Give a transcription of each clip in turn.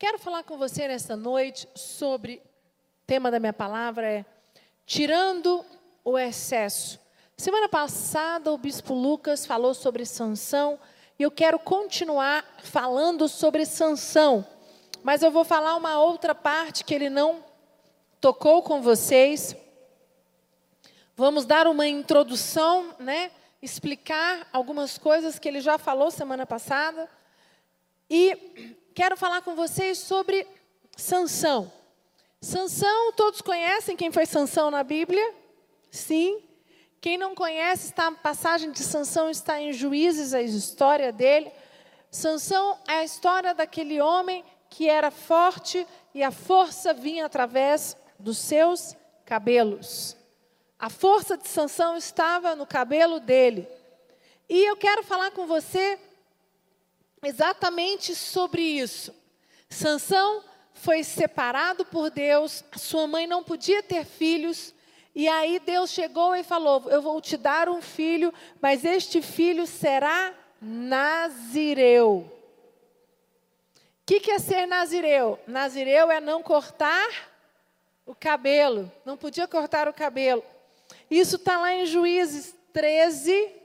Quero falar com você nesta noite sobre, o tema da minha palavra é tirando o excesso. Semana passada o bispo Lucas falou sobre Sansão e eu quero continuar falando sobre Sansão. Mas eu vou falar uma outra parte que ele não tocou com vocês. Vamos dar uma introdução, explicar algumas coisas que ele já falou semana passada. E quero falar com vocês sobre Sansão. Sansão, todos conhecem quem foi Sansão na Bíblia? Sim. Quem não conhece, a passagem de Sansão está em Juízes, a história dele. Sansão é a história daquele homem que era forte e a força vinha através dos seus cabelos. A força de Sansão estava no cabelo dele. E eu quero falar com você exatamente sobre isso. Sansão foi separado por Deus, sua mãe não podia ter filhos, e aí Deus chegou e falou: eu vou te dar um filho, mas este filho será nazireu. O que é ser nazireu? Nazireu é não cortar o cabelo, não podia cortar o cabelo. Isso está lá em Juízes 13,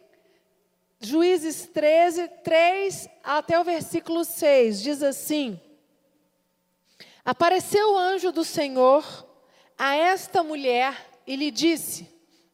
3 até o versículo 6, diz assim: apareceu o anjo do Senhor a esta mulher e lhe disse: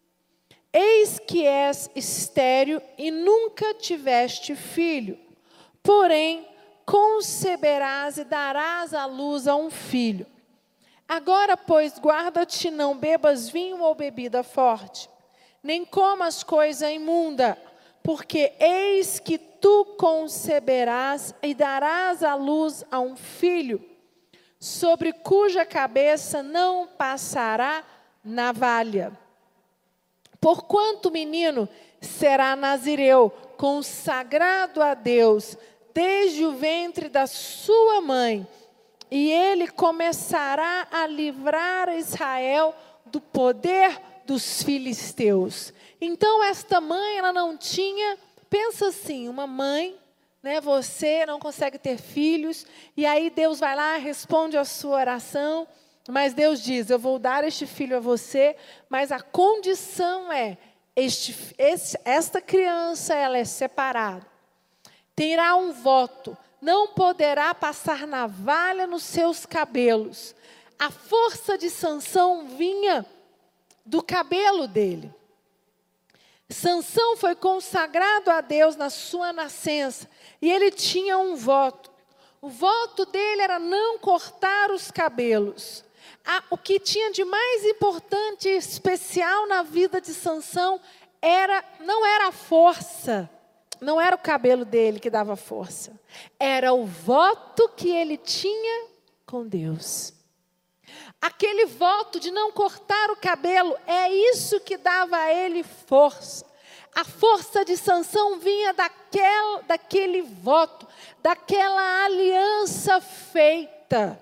eis que és estéril e nunca tiveste filho, porém conceberás e darás à luz a um filho. Agora, pois, guarda-te, não bebas vinho ou bebida forte, nem comas coisa imunda, porque eis que tu conceberás e darás à luz a um filho, sobre cuja cabeça não passará navalha. Porquanto o menino será nazireu, consagrado a Deus, desde o ventre da sua mãe, e ele começará a livrar Israel do poder dos filisteus. Então esta mãe, ela não tinha, pensa assim, uma mãe, você não consegue ter filhos, e aí Deus vai lá, responde a sua oração, mas Deus diz: eu vou dar este filho a você, mas a condição é, esta criança, ela é separada, terá um voto, não poderá passar navalha nos seus cabelos. A força de Sansão vinha do cabelo dele. Sansão foi consagrado a Deus na sua nascença, e ele tinha um voto. O voto dele era não cortar os cabelos. O que tinha de mais importante e especial na vida de Sansão não era a força, não era o cabelo dele que dava força, era o voto que ele tinha com Deus. Aquele voto de não cortar o cabelo, é isso que dava a ele força. A força de Sansão vinha daquele voto, daquela aliança feita.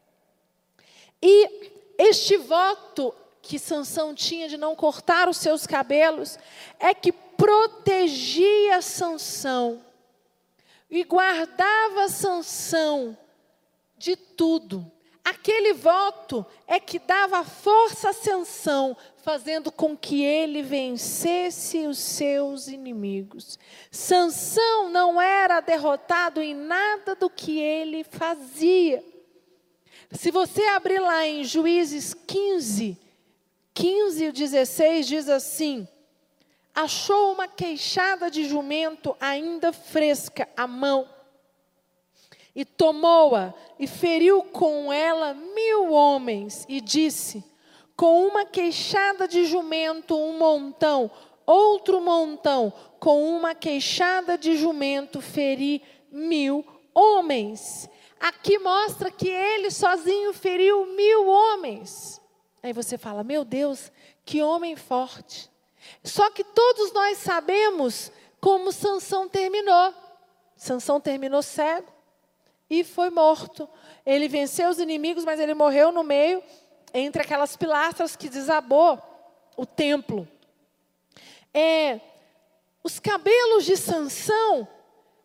E este voto que Sansão tinha de não cortar os seus cabelos, é que protegia Sansão e guardava Sansão de tudo. Aquele voto é que dava força a Sansão, fazendo com que ele vencesse os seus inimigos. Sansão não era derrotado em nada do que ele fazia. Se você abrir lá em Juízes 15 e 16, diz assim: achou uma queixada de jumento ainda fresca à mão, e tomou-a, e feriu com ela 1000 homens, e disse: com uma queixada de jumento um montão, outro montão, com uma queixada de jumento feri 1000 homens. Aqui mostra que ele sozinho feriu 1000 homens. Aí você fala: meu Deus, que homem forte. Só que todos nós sabemos como Sansão terminou. Sansão terminou cego e foi morto. Ele venceu os inimigos, mas ele morreu no meio, entre aquelas pilastras que desabou o templo. Os cabelos de Sansão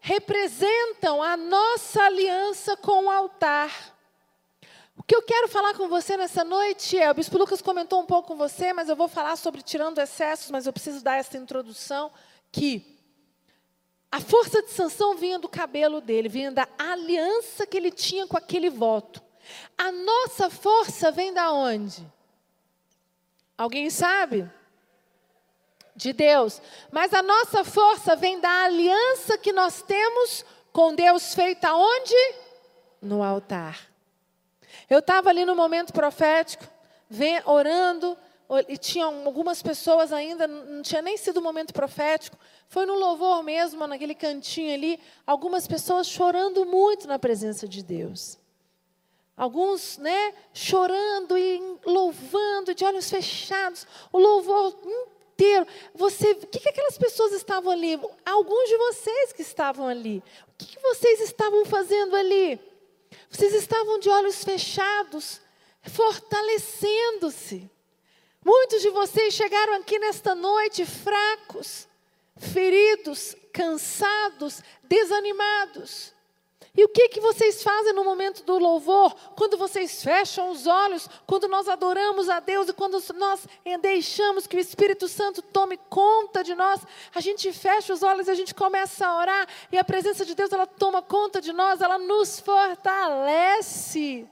representam a nossa aliança com o altar. O que eu quero falar com você nessa noite é, o Bispo Lucas comentou um pouco com você, mas eu vou falar sobre tirando excessos, mas eu preciso dar essa introdução, que a força de Sansão vinha do cabelo dele, vinha da aliança que ele tinha com aquele voto. A nossa força vem da onde? Alguém sabe? De Deus. Mas a nossa força vem da aliança que nós temos com Deus feita onde? No altar. Eu estava ali no momento profético, orando, e tinham algumas pessoas ainda, não tinha nem sido o momento profético, foi no louvor mesmo, naquele cantinho ali, algumas pessoas chorando muito na presença de Deus. Alguns, chorando e louvando, de olhos fechados, o louvor inteiro. O que aquelas pessoas estavam ali? Alguns de vocês que estavam ali. O que vocês estavam fazendo ali? Vocês estavam de olhos fechados, fortalecendo-se. Muitos de vocês chegaram aqui nesta noite fracos, feridos, cansados, desanimados. E o que vocês fazem no momento do louvor? Quando vocês fecham os olhos, quando nós adoramos a Deus e quando nós deixamos que o Espírito Santo tome conta de nós, a gente fecha os olhos e a gente começa a orar e a presença de Deus, ela toma conta de nós, ela nos fortalece.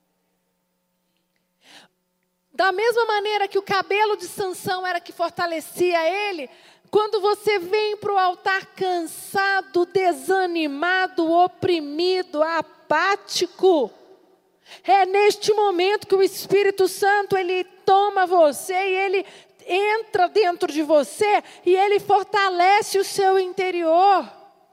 Da mesma maneira que o cabelo de Sansão era que fortalecia ele, quando você vem para o altar cansado, desanimado, oprimido, apático, é neste momento que o Espírito Santo, ele toma você e ele entra dentro de você e ele fortalece o seu interior.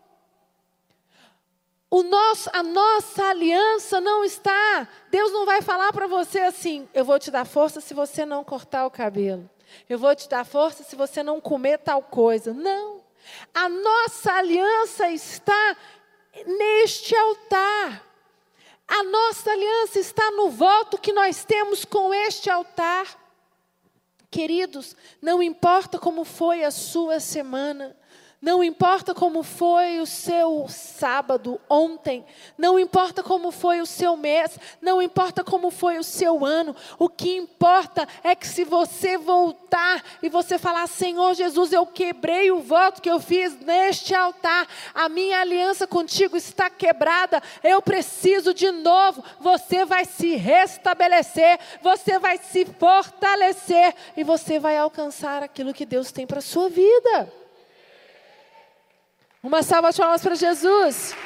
A nossa aliança não está, Deus não vai falar para você assim, eu vou te dar força se você não cortar o cabelo. Eu vou te dar força se você não comer tal coisa. Não. A nossa aliança está neste altar. A nossa aliança está no voto que nós temos com este altar. Queridos, não importa como foi a sua semana. Não importa como foi o seu sábado ontem, não importa como foi o seu mês, não importa como foi o seu ano, o que importa é que se você voltar e você falar, Senhor Jesus, eu quebrei o voto que eu fiz neste altar, a minha aliança contigo está quebrada, eu preciso de novo, você vai se restabelecer, você vai se fortalecer e você vai alcançar aquilo que Deus tem para a sua vida. Uma salva de palmas para Jesus.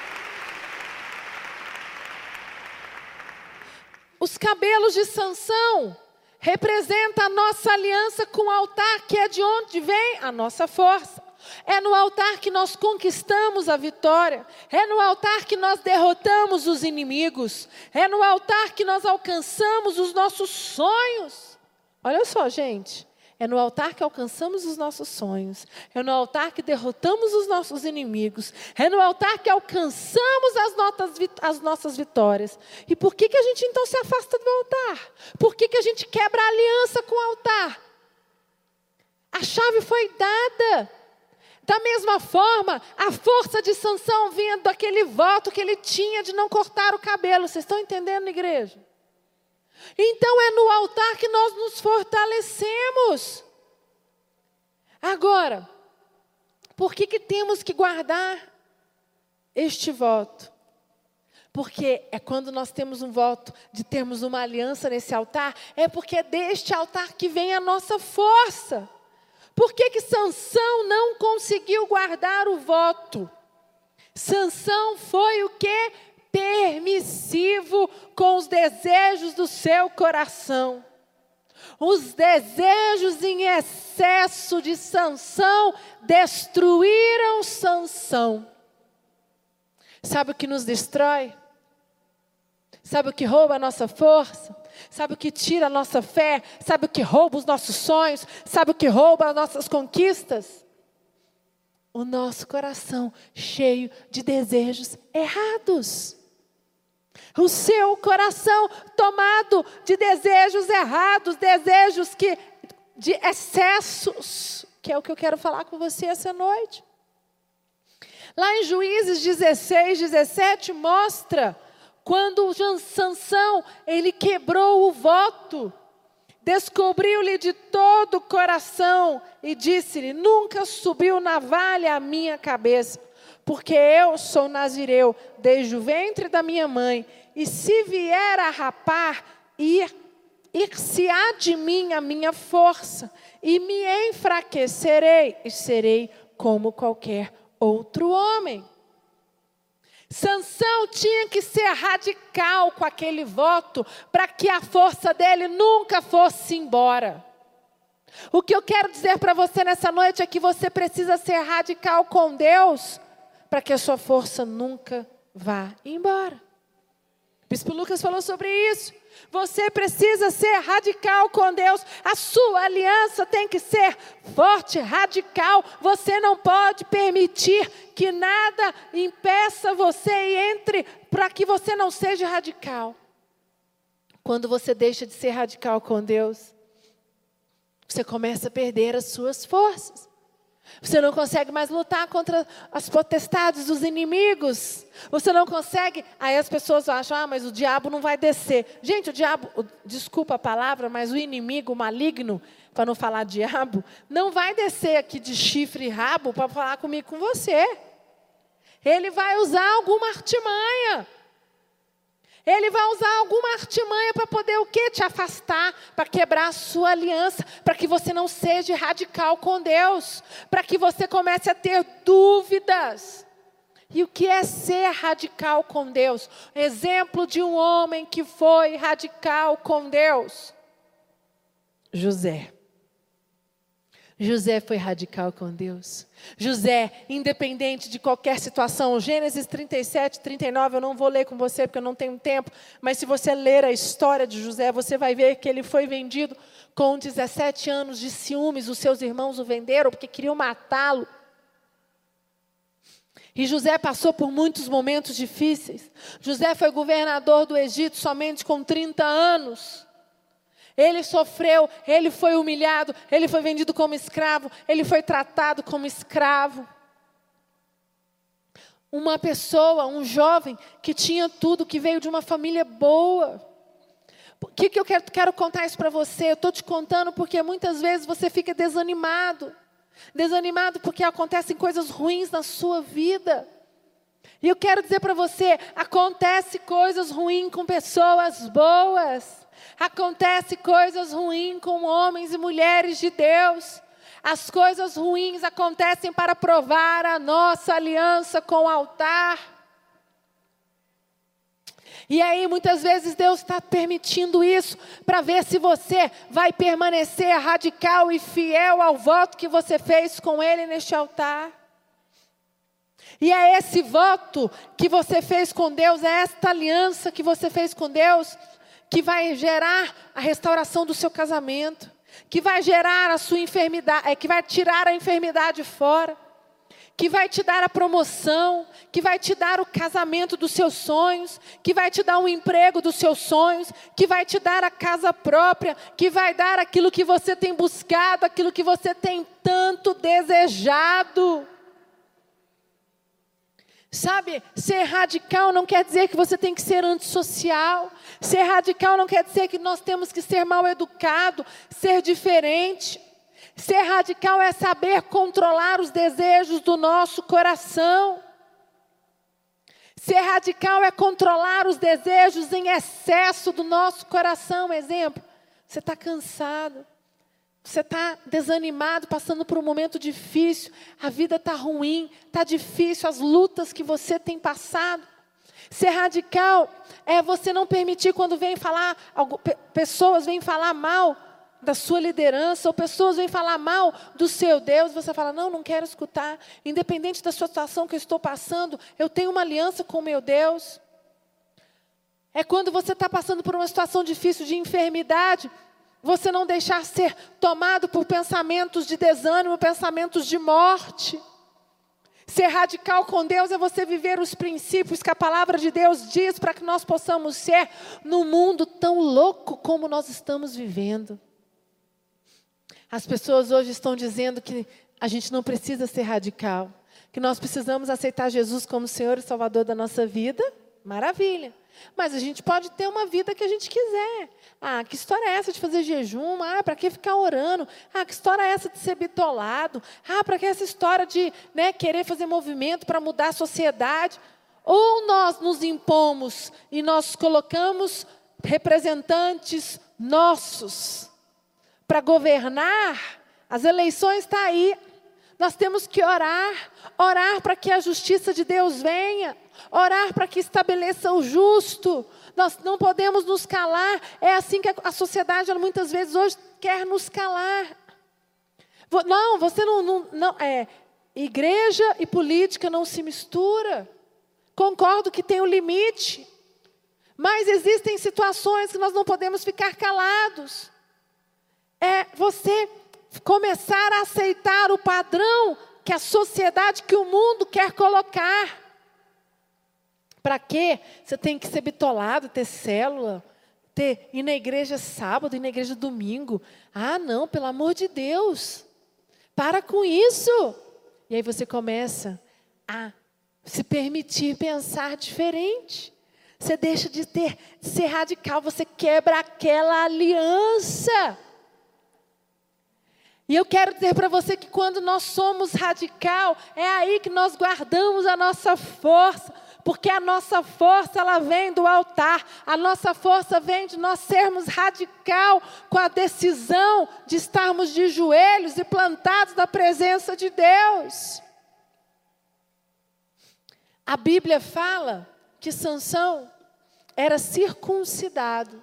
Os cabelos de Sansão representam a nossa aliança com o altar, que é de onde vem a nossa força. É no altar que nós conquistamos a vitória. É no altar que nós derrotamos os inimigos. É no altar que nós alcançamos os nossos sonhos. Olha só, gente. É no altar que alcançamos os nossos sonhos. É no altar que derrotamos os nossos inimigos. É no altar que alcançamos as nossas vitórias. E por que a gente então se afasta do altar? Por que a gente quebra a aliança com o altar? A chave foi dada. Da mesma forma, a força de Sansão vinha daquele voto que ele tinha de não cortar o cabelo. Vocês estão entendendo, igreja? Então é no altar que nós nos fortalecemos. Agora, por que temos que guardar este voto? Porque é quando nós temos um voto de termos uma aliança nesse altar, é porque é deste altar que vem a nossa força. Por que Sansão não conseguiu guardar o voto? Sansão foi o quê? Permissivo com os desejos do seu coração. Os desejos em excesso de Sansão destruíram Sansão. Sabe o que nos destrói? Sabe o que rouba a nossa força? Sabe o que tira a nossa fé? Sabe o que rouba os nossos sonhos? Sabe o que rouba as nossas conquistas? O nosso coração cheio de desejos errados. O seu coração tomado de desejos errados, desejos de excessos, que é o que eu quero falar com você essa noite. Lá em Juízes 16, 17, mostra quando Sansão, ele quebrou o voto, descobriu-lhe de todo o coração e disse-lhe: nunca subiu navalha à minha cabeça, porque eu sou nazireu desde o ventre da minha mãe, e se vier a rapar, ir-se-á de mim a minha força, e me enfraquecerei, e serei como qualquer outro homem. Sansão tinha que ser radical com aquele voto, para que a força dele nunca fosse embora. O que eu quero dizer para você nessa noite é que você precisa ser radical com Deus, para que a sua força nunca vá embora. O Bispo Lucas falou sobre isso. Você precisa ser radical com Deus. A sua aliança tem que ser forte, radical. Você não pode permitir que nada impeça você e entre para que você não seja radical. Quando você deixa de ser radical com Deus, você começa a perder as suas forças. Você não consegue mais lutar contra as potestades dos inimigos. Você não consegue. Aí as pessoas acham: mas o diabo não vai descer. Gente, o diabo, desculpa a palavra, mas o inimigo maligno, para não falar diabo, não vai descer aqui de chifre e rabo para falar comigo, com você. Ele vai usar alguma artimanha. Ele vai usar alguma artimanha para poder o quê? Te afastar, para quebrar a sua aliança, para que você não seja radical com Deus, para que você comece a ter dúvidas. E o que é ser radical com Deus? Exemplo de um homem que foi radical com Deus. José. José foi radical com Deus. José, independente de qualquer situação, Gênesis 37, 39, eu não vou ler com você porque eu não tenho tempo, mas se você ler a história de José, você vai ver que ele foi vendido com 17 anos de ciúmes, os seus irmãos o venderam porque queriam matá-lo. E José passou por muitos momentos difíceis. José foi governador do Egito somente com 30 anos. Ele sofreu, ele foi humilhado, ele foi vendido como escravo, ele foi tratado como escravo. Uma pessoa, um jovem que tinha tudo, que veio de uma família boa. O que eu quero contar isso para você? Eu estou te contando porque muitas vezes você fica desanimado. Desanimado porque acontecem coisas ruins na sua vida. E eu quero dizer para você, acontece coisas ruins com pessoas boas. Acontece coisas ruins com homens e mulheres de Deus. As coisas ruins acontecem para provar a nossa aliança com o altar. E aí muitas vezes Deus está permitindo isso para ver se você vai permanecer radical e fiel ao voto que você fez com Ele neste altar. E é esse voto que você fez com Deus, é esta aliança que você fez com Deus, que vai gerar a restauração do seu casamento, que vai gerar a sua enfermidade, que vai tirar a enfermidade fora, que vai te dar a promoção, que vai te dar o casamento dos seus sonhos, que vai te dar um emprego dos seus sonhos, que vai te dar a casa própria, que vai dar aquilo que você tem buscado, aquilo que você tem tanto desejado. Sabe, ser radical não quer dizer que você tem que ser antissocial. Ser radical não quer dizer que nós temos que ser mal educado, ser diferente. Ser radical é saber controlar os desejos do nosso coração. Ser radical é controlar os desejos em excesso do nosso coração. Exemplo, você está cansado. Você está desanimado, passando por um momento difícil, a vida está ruim, está difícil, as lutas que você tem passado. Ser radical é você não permitir quando pessoas vêm falar mal da sua liderança, ou pessoas vêm falar mal do seu Deus, você fala: não quero escutar, independente da situação que eu estou passando, eu tenho uma aliança com o meu Deus. É quando você está passando por uma situação difícil de enfermidade, você não deixar ser tomado por pensamentos de desânimo, pensamentos de morte. Ser radical com Deus é você viver os princípios que a palavra de Deus diz para que nós possamos ser num mundo tão louco como nós estamos vivendo. As pessoas hoje estão dizendo que a gente não precisa ser radical, que nós precisamos aceitar Jesus como Senhor e Salvador da nossa vida, maravilha. Mas a gente pode ter uma vida que a gente quiser. Ah, que história é essa de fazer jejum? Ah, para que ficar orando? Ah, que história é essa de ser bitolado? Ah, para que essa história de querer fazer movimento para mudar a sociedade? Ou nós nos impomos e nós colocamos representantes nossos para governar, as eleições estão aí. Nós temos que orar para que a justiça de Deus venha, orar para que estabeleça o justo. Nós não podemos nos calar. É assim que a sociedade, ela, muitas vezes, hoje quer nos calar. Não, você não igreja e política não se mistura. Concordo que tem um limite, mas existem situações que nós não podemos ficar calados. É você começar a aceitar o padrão que a sociedade, que o mundo quer colocar. Para quê? Você tem que ser bitolado, ter célula, ir na igreja sábado, ir na igreja domingo. Ah, não, pelo amor de Deus. Para com isso. E aí você começa a se permitir pensar diferente. Você deixa de ser radical, você quebra aquela aliança. E eu quero dizer para você que quando nós somos radical, é aí que nós guardamos a nossa força, porque a nossa força, ela vem do altar, a nossa força vem de nós sermos radical com a decisão de estarmos de joelhos e plantados na presença de Deus. A Bíblia fala que Sansão era circuncidado.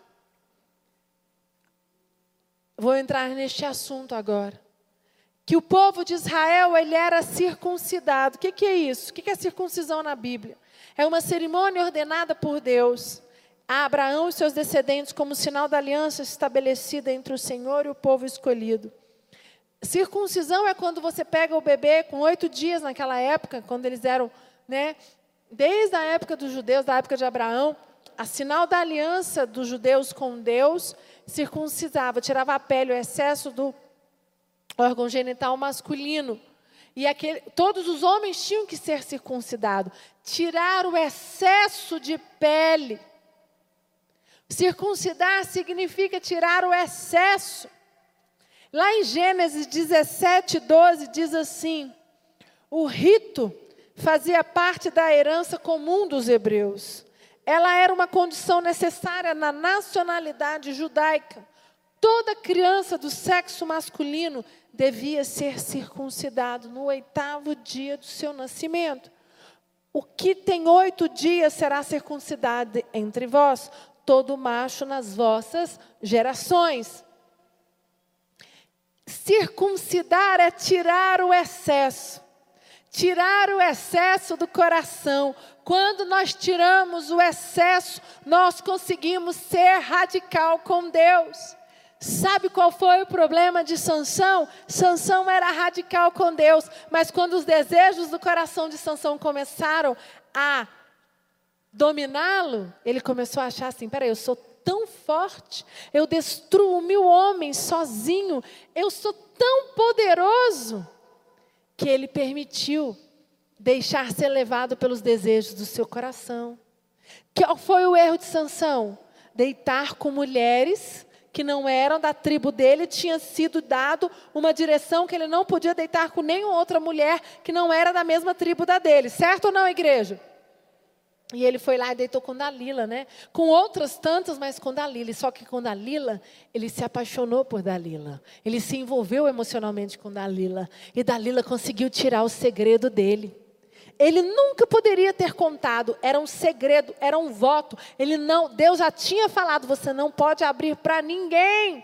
Vou entrar neste assunto agora. Que o povo de Israel, ele era circuncidado. O que é isso? O que é circuncisão na Bíblia? É uma cerimônia ordenada por Deus a Abraão e seus descendentes como sinal da aliança estabelecida entre o Senhor e o povo escolhido. Circuncisão é quando você pega o bebê com 8 dias naquela época, quando eles eram, desde a época dos judeus, da época de Abraão, a sinal da aliança dos judeus com Deus, circuncisava, tirava a pele, o excesso do órgão genital masculino. E todos os homens tinham que ser circuncidados. Tirar o excesso de pele. Circuncidar significa tirar o excesso. Lá em Gênesis 17:12 diz assim: o rito fazia parte da herança comum dos hebreus. Ela era uma condição necessária na nacionalidade judaica. Toda criança do sexo masculino devia ser circuncidado no 8º dia do seu nascimento. O que tem 8 dias será circuncidado entre vós, todo macho nas vossas gerações. Circuncidar é tirar o excesso. Tirar o excesso do coração. Quando nós tiramos o excesso, nós conseguimos ser radical com Deus. Sabe qual foi o problema de Sansão? Sansão era radical com Deus, mas quando os desejos do coração de Sansão começaram a dominá-lo, ele começou a achar assim: peraí, eu sou tão forte, eu destruo 1000 homens sozinho, eu sou tão poderoso, que ele permitiu deixar ser levado pelos desejos do seu coração. Qual foi o erro de Sansão? Deitar com mulheres que não eram da tribo dele, tinha sido dado uma direção que ele não podia deitar com nenhuma outra mulher que não era da mesma tribo da dele. Certo ou não, igreja? E ele foi lá e deitou com Dalila, Com outras tantas, mas com Dalila. Só que com Dalila, ele se apaixonou por Dalila. Ele se envolveu emocionalmente com Dalila. E Dalila conseguiu tirar o segredo dele. Ele nunca poderia ter contado, era um segredo, era um voto. Deus já tinha falado, você não pode abrir para ninguém.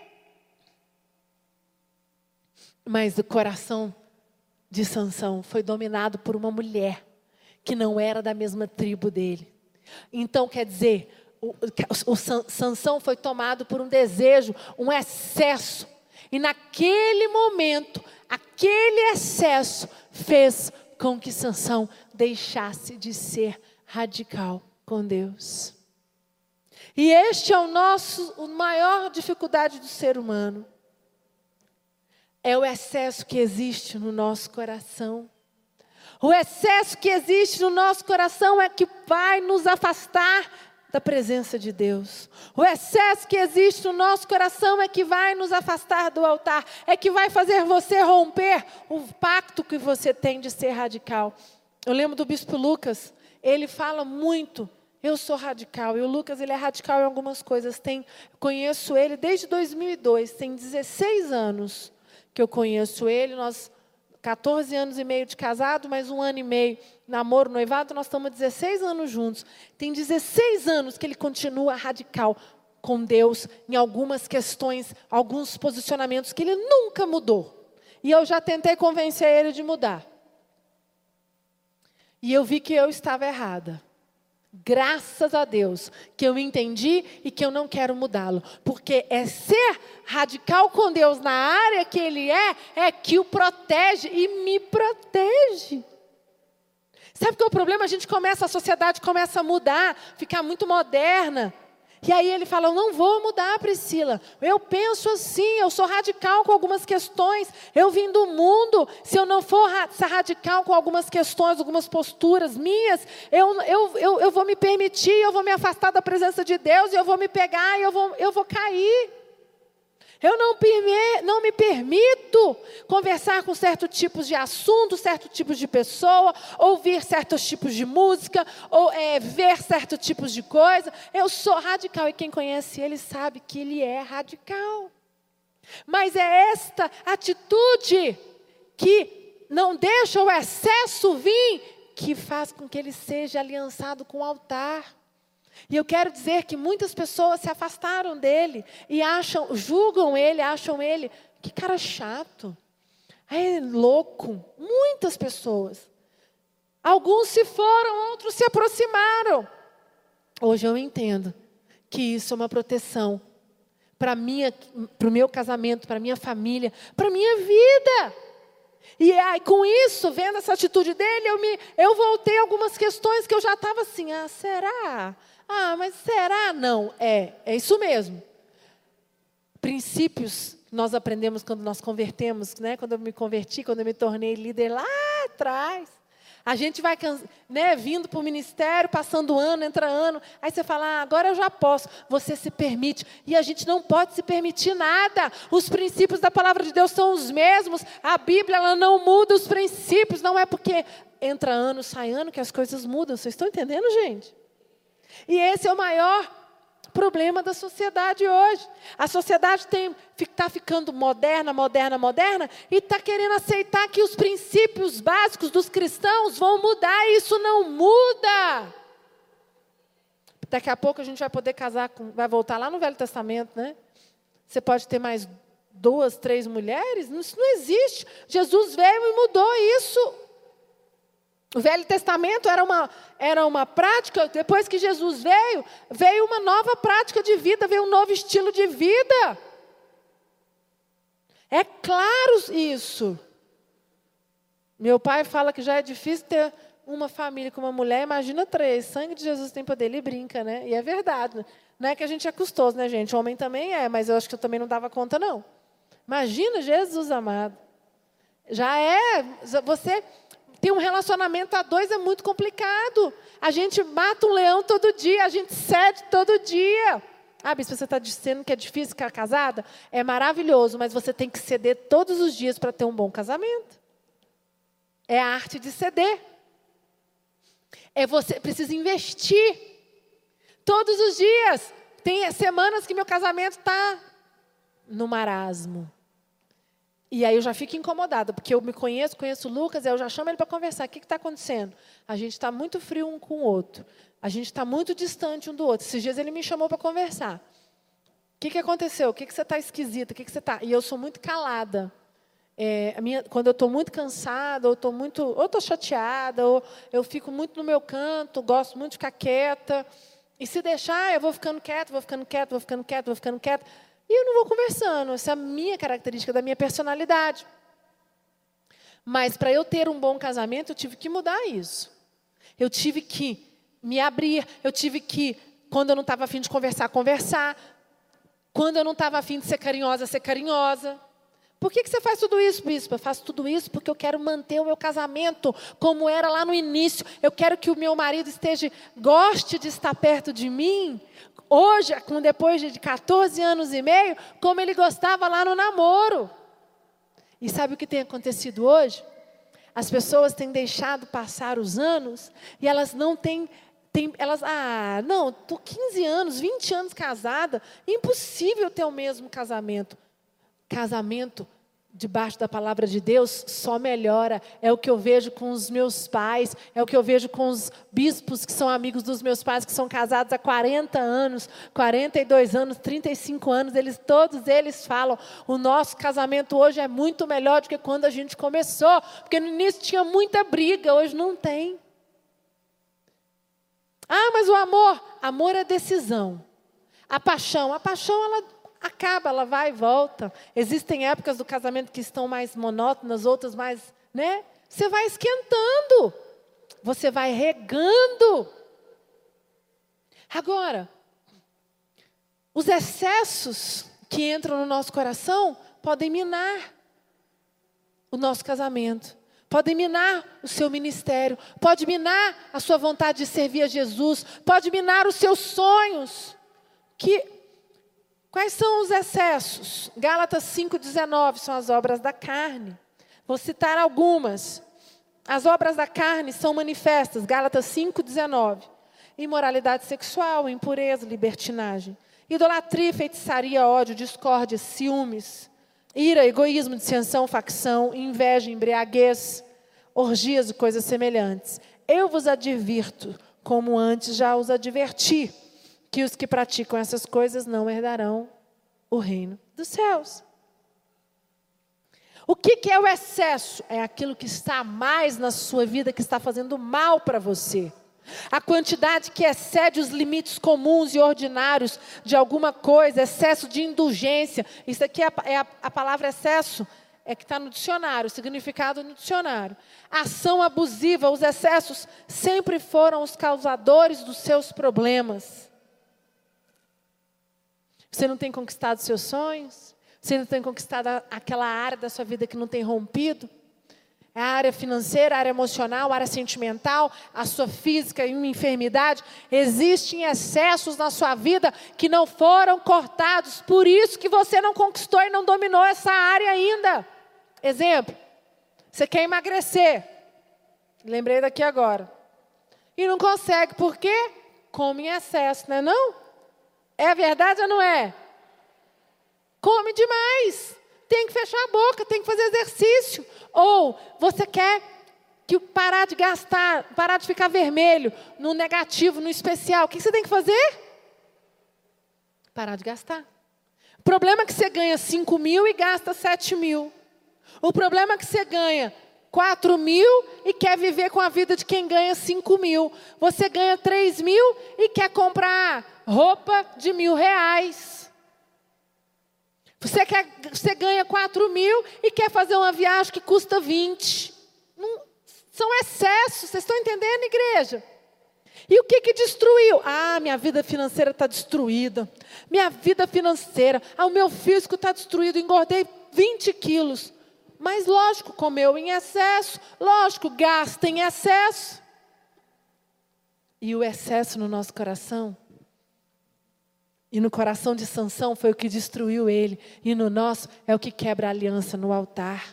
Mas o coração de Sansão foi dominado por uma mulher que não era da mesma tribo dele. Então, quer dizer, Sansão foi tomado por um desejo, um excesso. E naquele momento, aquele excesso fez com que Sansão deixasse de ser radical com Deus. E este é a maior dificuldade do ser humano. É o excesso que existe no nosso coração. O excesso que existe no nosso coração é que vai nos afastar da presença de Deus. O excesso que existe no nosso coração é que vai nos afastar do altar. É que vai fazer você romper o pacto que você tem de ser radical. Eu lembro do bispo Lucas. Ele fala muito, eu sou radical. E o Lucas, ele é radical em algumas coisas. Conheço ele desde 2002. Tem 16 anos que eu conheço ele. Nós 14 anos e meio de casado, mais 1 ano e meio namoro, noivado, nós estamos 16 anos juntos. Tem 16 anos que ele continua radical com Deus em algumas questões, alguns posicionamentos que ele nunca mudou. E eu já tentei convencer ele de mudar. E eu vi que eu estava errada. Graças a Deus que eu entendi e que eu não quero mudá-lo. Porque é ser radical com Deus na área que Ele é que o protege e me protege. Sabe qual é o problema? A sociedade começa a mudar, ficar muito moderna. E aí ele fala, eu não vou mudar, Priscila. Eu penso assim, eu sou radical com algumas questões. Eu vim do mundo, se eu não for ser radical com algumas questões, algumas posturas minhas, eu vou me permitir, eu vou me afastar da presença de Deus, e eu vou me pegar, e eu vou cair. Eu não me permito conversar com certos tipos de assunto, certos tipos de pessoa, ouvir certos tipos de música, ou ver certos tipos de coisa. Eu sou radical e quem conhece ele sabe que ele é radical. Mas é esta atitude que não deixa o excesso vir, que faz com que ele seja aliançado com o altar. E eu quero dizer que muitas pessoas se afastaram dele e julgam ele, acham ele, que cara chato, é louco. Muitas pessoas. Alguns se foram, outros se aproximaram. Hoje eu entendo que isso é uma proteção para o meu casamento, para a minha família, para a minha vida. E aí, com isso, vendo essa atitude dele, eu voltei a algumas questões que eu já estava assim, será? Mas será? Não, é isso mesmo. Princípios que nós aprendemos quando nós convertemos, né? Quando eu me converti, quando eu me tornei líder lá atrás. A gente vai vindo para o ministério, passando ano, entra ano. Aí você fala, agora eu já posso. Você se permite. E a gente não pode se permitir nada. Os princípios da palavra de Deus são os mesmos. A Bíblia ela não muda os princípios. Não é porque entra ano, sai ano que as coisas mudam. Vocês estão entendendo, gente? E esse é o maior problema da sociedade hoje. A sociedade está ficando moderna, e está querendo aceitar que os princípios básicos dos cristãos vão mudar, e isso não muda. Daqui a pouco a gente vai poder vai voltar lá no Velho Testamento, né? Você pode ter mais 2, 3 mulheres? Isso não existe. Jesus veio e mudou isso. O Velho Testamento era uma prática, depois que Jesus veio uma nova prática de vida, veio um novo estilo de vida. É claro isso. Meu pai fala que já é difícil ter uma família com uma mulher, imagina 3. Sangue de Jesus tem poder, ele brinca, né? E é verdade. Não é que a gente é custoso, né, gente? O homem também mas eu acho que eu também não dava conta, não. Imagina, Jesus amado. Você tem um relacionamento a 2 é muito complicado. A gente mata um leão todo dia, a gente cede todo dia. Bispo, você está dizendo que é difícil ficar casada? É maravilhoso, mas você tem que ceder todos os dias para ter um bom casamento. É a arte de ceder. Você precisa investir. Todos os dias. Tem semanas que meu casamento está no marasmo. E aí eu já fico incomodada, porque eu me conheço o Lucas, eu já chamo ele para conversar. O que está acontecendo? A gente está muito frio um com o outro. A gente está muito distante um do outro. Esses dias ele me chamou para conversar. O que aconteceu? O que você está esquisita? O que você está? E eu sou muito calada. Quando eu estou muito cansada, ou estou chateada, ou eu fico muito no meu canto, gosto muito de ficar quieta. E se deixar, eu vou ficando quieta, vou ficando quieta, vou ficando quieta, vou ficando quieta. E eu não vou conversando, essa é a minha característica, da minha personalidade. Mas para eu ter um bom casamento, eu tive que mudar isso. Eu tive que me abrir, eu tive que, quando eu não estava afim de conversar. Quando eu não estava afim de ser carinhosa, ser carinhosa. Por que você faz tudo isso, bispo? Eu faço tudo isso porque eu quero manter o meu casamento como era lá no início. Eu quero que o meu marido goste de estar perto de mim. Hoje, depois de 14 anos e meio, como ele gostava lá no namoro. E sabe o que tem acontecido hoje? As pessoas têm deixado passar os anos e elas não têm... não, estou 15 anos, 20 anos casada, impossível ter o mesmo casamento. Casamento debaixo da palavra de Deus só melhora. É o que eu vejo com os meus pais, é o que eu vejo com os bispos que são amigos dos meus pais, que são casados há 40 anos, 42 anos, 35 anos, todos eles falam, o nosso casamento hoje é muito melhor do que quando a gente começou, porque no início tinha muita briga, hoje não tem. Ah, mas o amor é decisão. A paixão ela acaba, ela vai e volta. Existem épocas do casamento que estão mais monótonas, outras mais, né? Você vai esquentando. Você vai regando. Agora, os excessos que entram no nosso coração podem minar o nosso casamento. Pode minar o seu ministério. Pode minar a sua vontade de servir a Jesus. Pode minar os seus sonhos. Quais são os excessos? Gálatas 5,19 são as obras da carne. Vou citar algumas. As obras da carne são manifestas. Gálatas 5,19. Imoralidade sexual, impureza, libertinagem. Idolatria, feitiçaria, ódio, discórdia, ciúmes. Ira, egoísmo, dissensão, facção, inveja, embriaguez, orgias e coisas semelhantes. Eu vos advirto, como antes já os adverti, que os que praticam essas coisas não herdarão o reino dos céus. O que é o excesso? É aquilo que está a mais na sua vida, que está fazendo mal para você. A quantidade que excede os limites comuns e ordinários de alguma coisa, excesso de indulgência. Isso aqui a palavra excesso, é que está no dicionário, o significado no dicionário. Ação abusiva, os excessos sempre foram os causadores dos seus problemas. Você não tem conquistado seus sonhos? Você não tem conquistado aquela área da sua vida que não tem rompido? A área financeira, a área emocional, a área sentimental, a sua física e uma enfermidade. Existem excessos na sua vida que não foram cortados. Por isso que você não conquistou e não dominou essa área ainda. Exemplo, você quer emagrecer. Lembrei daqui agora. E não consegue, por quê? Come em excesso, não é não? É verdade ou não é? Come demais. Tem que fechar a boca, tem que fazer exercício. Ou você quer parar de gastar, parar de ficar vermelho, no negativo, no especial. O que você tem que fazer? Parar de gastar. O problema é que você ganha 5 mil e gasta 7 mil. O problema é que você ganha 4 mil e quer viver com a vida de quem ganha 5 mil. Você ganha 3 mil e quer comprar roupa de R$1.000. Você ganha 4 mil e quer fazer uma viagem que custa 20. Não, são excessos, vocês estão entendendo, igreja? E o que destruiu? Ah, minha vida financeira está destruída. Minha vida financeira, o meu físico está destruído, engordei 20 quilos. Mas lógico, comeu em excesso, lógico, gasta em excesso. E o excesso no nosso coração, e no coração de Sansão foi o que destruiu ele. E no nosso é o que quebra a aliança no altar.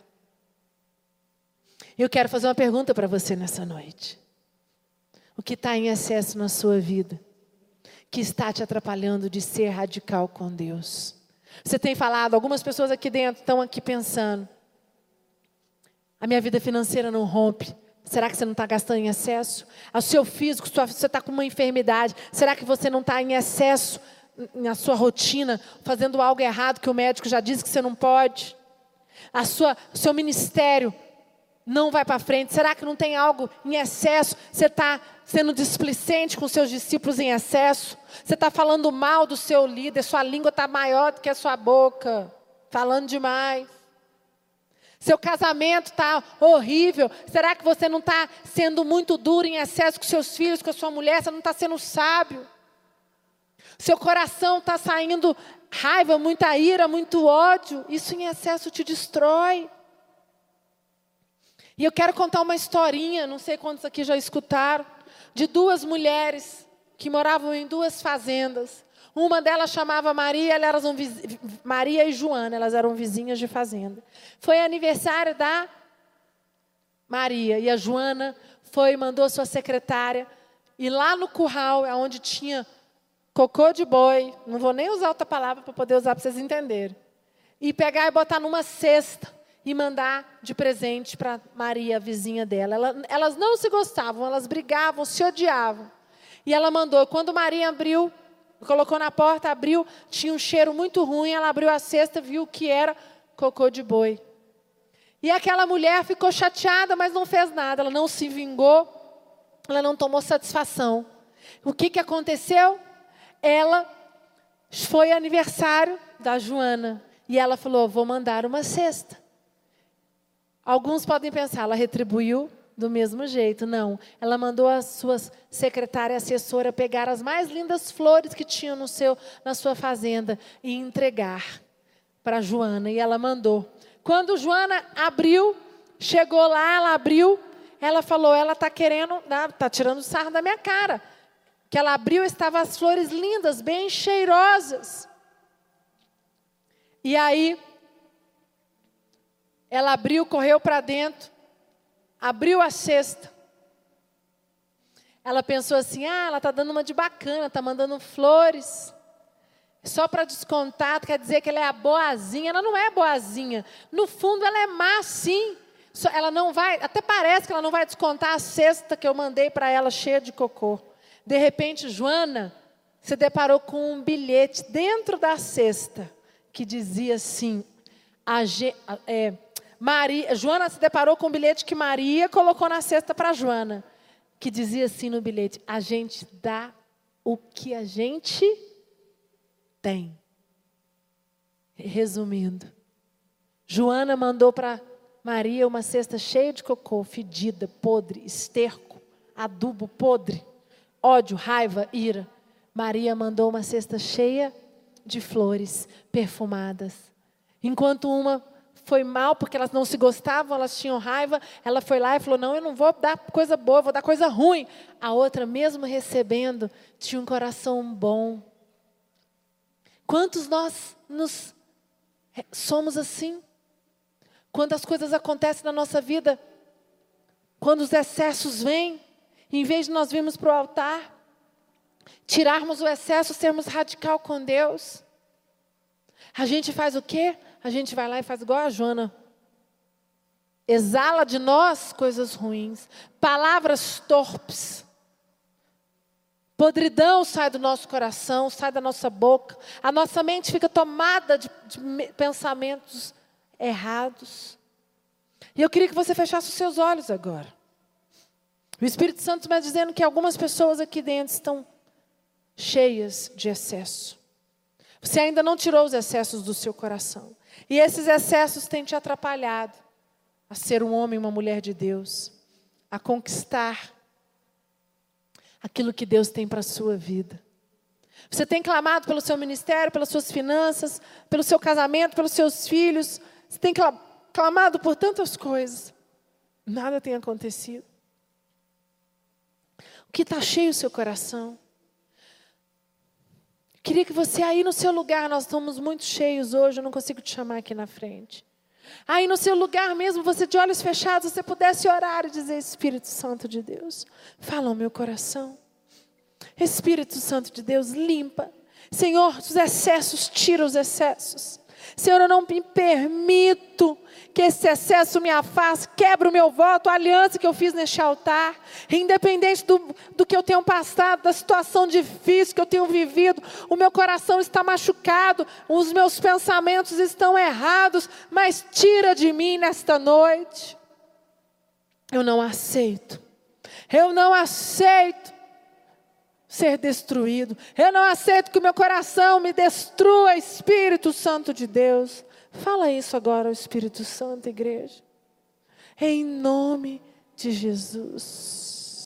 Eu quero fazer uma pergunta para você nessa noite. O que está em excesso na sua vida? Que está te atrapalhando de ser radical com Deus? Você tem falado, algumas pessoas aqui dentro estão aqui pensando. A minha vida financeira não rompe. Será que você não está gastando em excesso? O seu físico, você está com uma enfermidade. Será que você não está em excesso na sua rotina, fazendo algo errado que o médico já disse que você não pode? O seu ministério não vai para frente. Será que não tem algo em excesso? Você está sendo displicente com seus discípulos em excesso? Você está falando mal do seu líder, sua língua está maior do que a sua boca, falando demais. Seu casamento está horrível. Será que você não está sendo muito duro em excesso com seus filhos, com a sua mulher? Você não está sendo sábio? Seu coração está saindo raiva, muita ira, muito ódio, isso em excesso te destrói. E eu quero contar uma historinha, não sei quantos aqui já escutaram, de duas mulheres que moravam em duas fazendas. Uma delas chamava Maria, Maria e Joana, elas eram vizinhas de fazenda. Foi aniversário da Maria, e a Joana mandou sua secretária ir lá no curral, onde tinha cocô de boi, não vou nem usar outra palavra para poder usar para vocês entenderem, e pegar e botar numa cesta e mandar de presente para Maria, a vizinha dela. Elas não se gostavam, elas brigavam, se odiavam. E ela mandou, quando Maria abriu, colocou na porta, abriu, tinha um cheiro muito ruim, ela abriu a cesta, viu que era cocô de boi. E aquela mulher ficou chateada, mas não fez nada, ela não se vingou, ela não tomou satisfação. O que aconteceu? Foi aniversário da Joana, e ela falou, vou mandar uma cesta. Alguns podem pensar, ela retribuiu do mesmo jeito. Não, ela mandou a sua secretária assessora pegar as mais lindas flores que tinham na sua fazenda e entregar para Joana. E ela mandou. Quando Joana abriu, chegou lá, ela abriu, ela falou, ela está querendo, está tirando sarro da minha cara. Que ela abriu, estavam as flores lindas, bem cheirosas. E aí, ela abriu, correu para dentro, abriu a cesta. Ela pensou assim, ela está dando uma de bacana, está mandando flores. Só para descontar, quer dizer que ela é a boazinha. Ela não é boazinha. No fundo, ela é má, sim. Ela não vai, até parece que ela não vai descontar a cesta que eu mandei para ela, cheia de cocô. De repente, Joana se deparou com um bilhete dentro da cesta, que dizia assim, Joana se deparou com um bilhete que Maria colocou na cesta para Joana, que dizia assim no bilhete, a gente dá o que a gente tem. Resumindo, Joana mandou para Maria uma cesta cheia de cocô, fedida, podre, esterco, adubo podre, ódio, raiva, ira. Maria mandou uma cesta cheia de flores perfumadas. Enquanto uma foi mal, porque elas não se gostavam, elas tinham raiva, ela foi lá e falou, não, eu não vou dar coisa boa, eu vou dar coisa ruim. A outra, mesmo recebendo, tinha um coração bom. Quantos nós somos assim? Quando as coisas acontecem na nossa vida, quando os excessos vêm, em vez de nós virmos para o altar, tirarmos o excesso, sermos radical com Deus, a gente faz o quê? A gente vai lá e faz igual a Joana. Exala de nós coisas ruins, palavras torpes. Podridão sai do nosso coração, sai da nossa boca. A nossa mente fica tomada de pensamentos errados. E eu queria que você fechasse os seus olhos agora. O Espírito Santo está dizendo que algumas pessoas aqui dentro estão cheias de excesso. Você ainda não tirou os excessos do seu coração. E esses excessos têm te atrapalhado a ser um homem e uma mulher de Deus, a conquistar aquilo que Deus tem para a sua vida. Você tem clamado pelo seu ministério, pelas suas finanças, pelo seu casamento, pelos seus filhos. Você tem clamado por tantas coisas. Nada tem acontecido. O que está cheio o seu coração? Queria que você aí no seu lugar, nós estamos muito cheios hoje, eu não consigo te chamar aqui na frente. Aí no seu lugar mesmo, você de olhos fechados, você pudesse orar e dizer, Espírito Santo de Deus, fala ao meu coração. Espírito Santo de Deus, limpa. Senhor, os excessos, tira os excessos. Senhor, eu não me permito que esse excesso me afaste, quebra o meu voto, a aliança que eu fiz neste altar. Independente do que eu tenho passado, da situação difícil que eu tenho vivido, o meu coração está machucado, os meus pensamentos estão errados, mas tira de mim nesta noite. Eu não aceito ser destruído. Eu não aceito que o meu coração me destrua, Espírito Santo de Deus. Fala isso agora ao Espírito Santo, igreja. Em nome de Jesus.